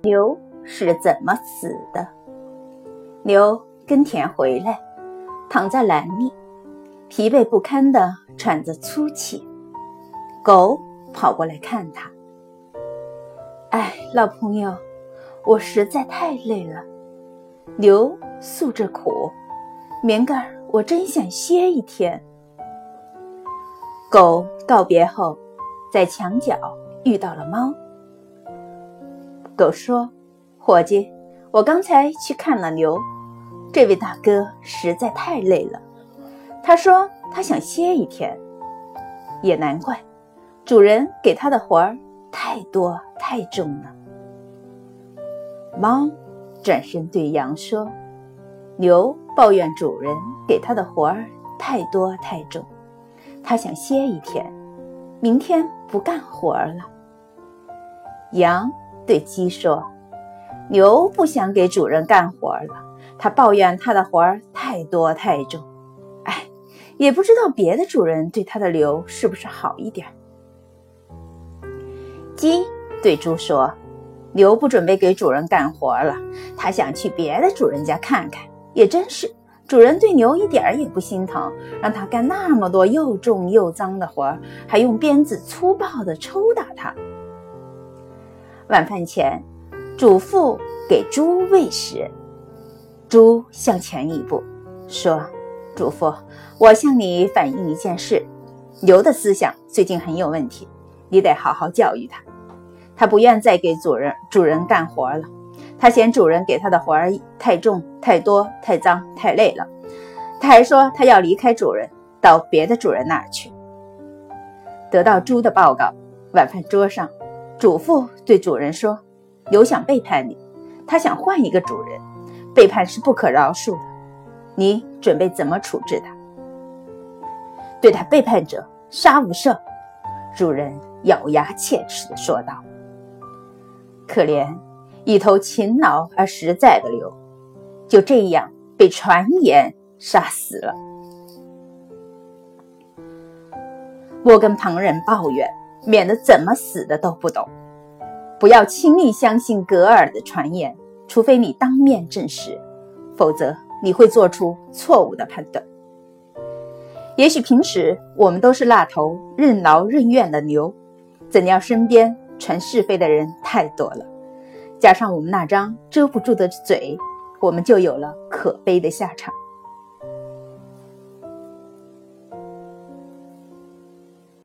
牛是怎么死的？牛耕田回来，躺在栏里，疲惫不堪地喘着粗气。狗跑过来看他。哎，老朋友，我实在太累了。牛诉着苦，明个儿我真想歇一天。狗告别后，在墙角遇到了猫。狗说，伙计，我刚才去看了牛，这位大哥实在太累了，他说他想歇一天。也难怪，主人给他的活儿太多太重了。猫转身对羊说，牛抱怨主人给他的活儿太多太重，他想歇一天，明天不干活了。羊对鸡说，牛不想给主人干活了，他抱怨他的活儿太多太重，哎，也不知道别的主人对他的牛是不是好一点。鸡对猪说，牛不准备给主人干活了，他想去别的主人家看看，也真是，主人对牛一点也不心疼，让他干那么多又重又脏的活，还用鞭子粗暴地抽打他。晚饭前，主妇给猪喂食，猪向前一步说，主妇，我向你反映一件事，牛的思想最近很有问题，你得好好教育他。他不愿再给主人干活了，他嫌主人给他的活儿太重太多太脏太累了，他还说他要离开主人，到别的主人那儿去。得到猪的报告，晚饭桌上，主妇对主人说，牛想背叛你，他想换一个主人，背叛是不可饶恕的，你准备怎么处置他？对他背叛者杀无赦，主人咬牙切齿地说道。可怜一头勤劳而实在的牛，就这样被传言杀死了。莫跟旁人抱怨，免得怎么死的都不懂。不要轻易相信隔耳的传言，除非你当面证实，否则你会做出错误的判断。也许平时我们都是那头任劳任怨的牛，怎料身边传是非的人太多了，加上我们那张遮不住的嘴，我们就有了可悲的下场。